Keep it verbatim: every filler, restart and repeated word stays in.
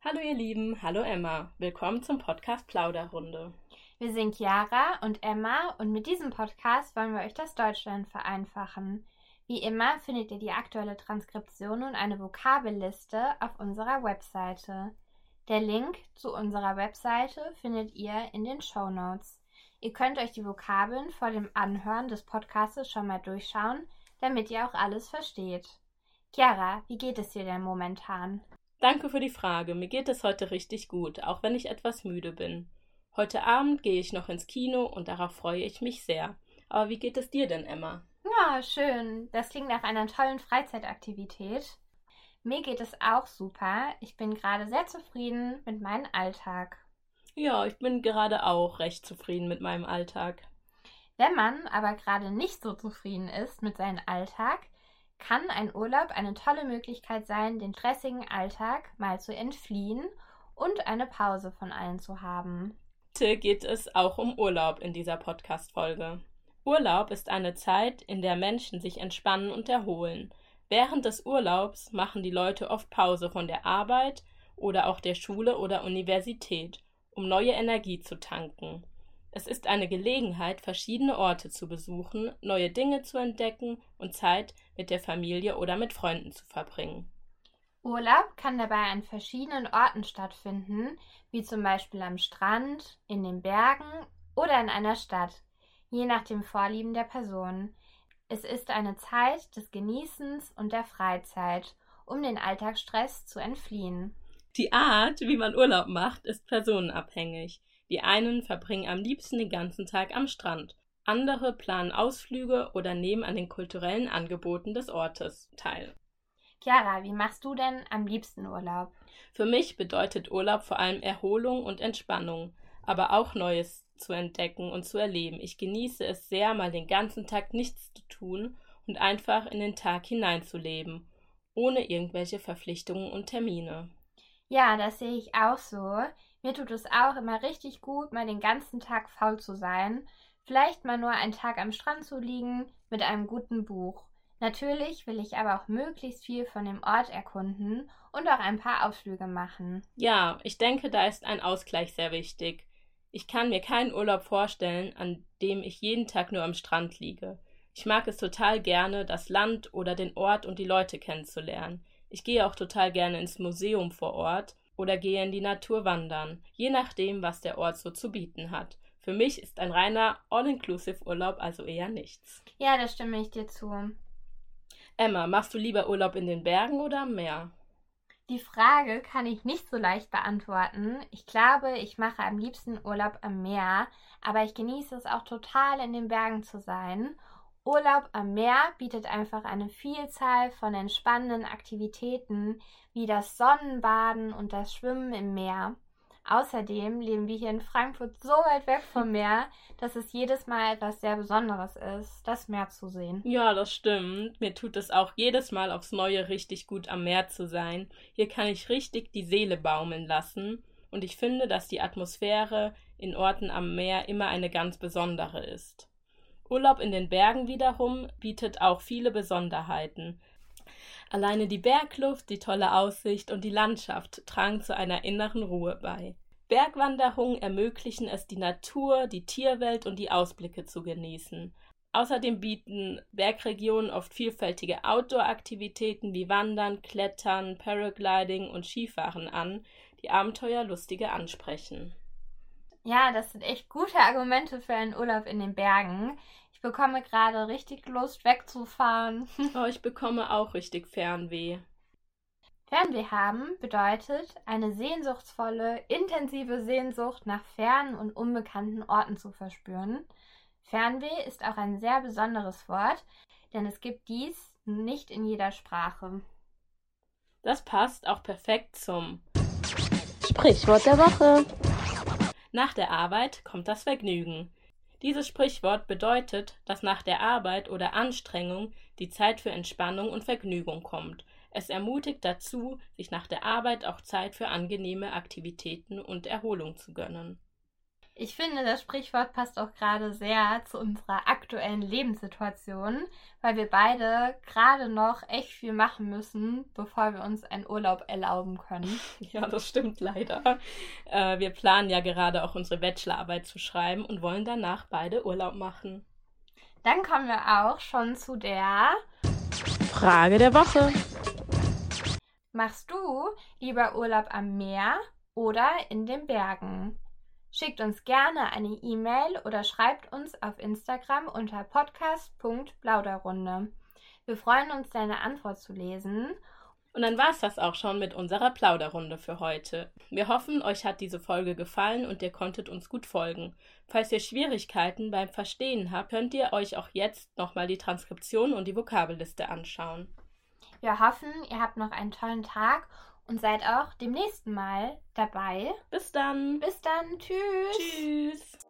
Hallo ihr Lieben, hallo Emma. Willkommen zum Podcast Plauderrunde. Wir sind Chiara und Emma und mit diesem Podcast wollen wir euch das Deutschlernen vereinfachen. Wie immer findet ihr die aktuelle Transkription und eine Vokabelliste auf unserer Webseite. Der Link zu unserer Webseite findet ihr in den Shownotes. Ihr könnt euch die Vokabeln vor dem Anhören des Podcasts schon mal durchschauen, damit ihr auch alles versteht. Chiara, wie geht es dir denn momentan? Danke für die Frage. Mir geht es heute richtig gut, auch wenn ich etwas müde bin. Heute Abend gehe ich noch ins Kino und darauf freue ich mich sehr. Aber wie geht es dir denn, Emma? Ja, schön. Das klingt nach einer tollen Freizeitaktivität. Mir geht es auch super. Ich bin gerade sehr zufrieden mit meinem Alltag. Ja, ich bin gerade auch recht zufrieden mit meinem Alltag. Wenn man aber gerade nicht so zufrieden ist mit seinem Alltag, kann ein Urlaub eine tolle Möglichkeit sein, den stressigen Alltag mal zu entfliehen und eine Pause von allen zu haben. Heute geht es auch um Urlaub in dieser Podcast-Folge. Urlaub ist eine Zeit, in der Menschen sich entspannen und erholen. Während des Urlaubs machen die Leute oft Pause von der Arbeit oder auch der Schule oder Universität, um neue Energie zu tanken. Es ist eine Gelegenheit, verschiedene Orte zu besuchen, neue Dinge zu entdecken und Zeit mit der Familie oder mit Freunden zu verbringen. Urlaub kann dabei an verschiedenen Orten stattfinden, wie zum Beispiel am Strand, in den Bergen oder in einer Stadt, je nach dem Vorlieben der Person. Es ist eine Zeit des Genießens und der Freizeit, um den Alltagsstress zu entfliehen. Die Art, wie man Urlaub macht, ist personenabhängig. Die einen verbringen am liebsten den ganzen Tag am Strand, andere planen Ausflüge oder nehmen an den kulturellen Angeboten des Ortes teil. Chiara, wie machst du denn am liebsten Urlaub? Für mich bedeutet Urlaub vor allem Erholung und Entspannung, aber auch Neues zu entdecken und zu erleben. Ich genieße es sehr, mal den ganzen Tag nichts zu tun und einfach in den Tag hineinzuleben, ohne irgendwelche Verpflichtungen und Termine. Ja, das sehe ich auch so. Mir tut es auch immer richtig gut, mal den ganzen Tag faul zu sein. Vielleicht mal nur einen Tag am Strand zu liegen mit einem guten Buch. Natürlich will ich aber auch möglichst viel von dem Ort erkunden und auch ein paar Ausflüge machen. Ja, ich denke, da ist ein Ausgleich sehr wichtig. Ich kann mir keinen Urlaub vorstellen, an dem ich jeden Tag nur am Strand liege. Ich mag es total gerne, das Land oder den Ort und die Leute kennenzulernen. Ich gehe auch total gerne ins Museum vor Ort oder gehe in die Natur wandern, je nachdem, was der Ort so zu bieten hat. Für mich ist ein reiner All-Inclusive-Urlaub also eher nichts. Ja, da stimme ich dir zu. Emma, machst du lieber Urlaub in den Bergen oder am Meer? Die Frage kann ich nicht so leicht beantworten. Ich glaube, ich mache am liebsten Urlaub am Meer, aber ich genieße es auch total, in den Bergen zu sein. Urlaub am Meer bietet einfach eine Vielzahl von entspannenden Aktivitäten, wie das Sonnenbaden und das Schwimmen im Meer. Außerdem leben wir hier in Frankfurt so weit weg vom Meer, dass es jedes Mal etwas sehr Besonderes ist, das Meer zu sehen. Ja, das stimmt. Mir tut es auch jedes Mal aufs Neue richtig gut, am Meer zu sein. Hier kann ich richtig die Seele baumeln lassen. Und ich finde, dass die Atmosphäre in Orten am Meer immer eine ganz besondere ist. Urlaub in den Bergen wiederum bietet auch viele Besonderheiten. Alleine die Bergluft, die tolle Aussicht und die Landschaft tragen zu einer inneren Ruhe bei. Bergwanderungen ermöglichen es, die Natur, die Tierwelt und die Ausblicke zu genießen. Außerdem bieten Bergregionen oft vielfältige Outdoor-Aktivitäten wie Wandern, Klettern, Paragliding und Skifahren an, die Abenteuerlustige ansprechen. Ja, das sind echt gute Argumente für einen Urlaub in den Bergen. Ich bekomme gerade richtig Lust, wegzufahren. Oh, ich bekomme auch richtig Fernweh. Fernweh haben bedeutet, eine sehnsuchtsvolle, intensive Sehnsucht nach fernen und unbekannten Orten zu verspüren. Fernweh ist auch ein sehr besonderes Wort, denn es gibt dies nicht in jeder Sprache. Das passt auch perfekt zum Sprichwort der Woche. Nach der Arbeit kommt das Vergnügen. Dieses Sprichwort bedeutet, dass nach der Arbeit oder Anstrengung die Zeit für Entspannung und Vergnügung kommt. Es ermutigt dazu, sich nach der Arbeit auch Zeit für angenehme Aktivitäten und Erholung zu gönnen. Ich finde, das Sprichwort passt auch gerade sehr zu unserer aktuellen Lebenssituation, weil wir beide gerade noch echt viel machen müssen, bevor wir uns einen Urlaub erlauben können. Ja, das stimmt leider. Äh, wir planen ja gerade auch unsere Bachelorarbeit zu schreiben und wollen danach beide Urlaub machen. Dann kommen wir auch schon zu der Frage der Woche. Machst du lieber Urlaub am Meer oder in den Bergen? Schickt uns gerne eine E-Mail oder schreibt uns auf Instagram unter podcast punkt plauderrunde. Wir freuen uns, deine Antwort zu lesen. Und dann war es das auch schon mit unserer Plauderrunde für heute. Wir hoffen, euch hat diese Folge gefallen und ihr konntet uns gut folgen. Falls ihr Schwierigkeiten beim Verstehen habt, könnt ihr euch auch jetzt nochmal die Transkription und die Vokabelliste anschauen. Wir hoffen, ihr habt noch einen tollen Tag und seid auch demnächst Mal dabei. Bis dann. Bis dann. Tschüss. Tschüss.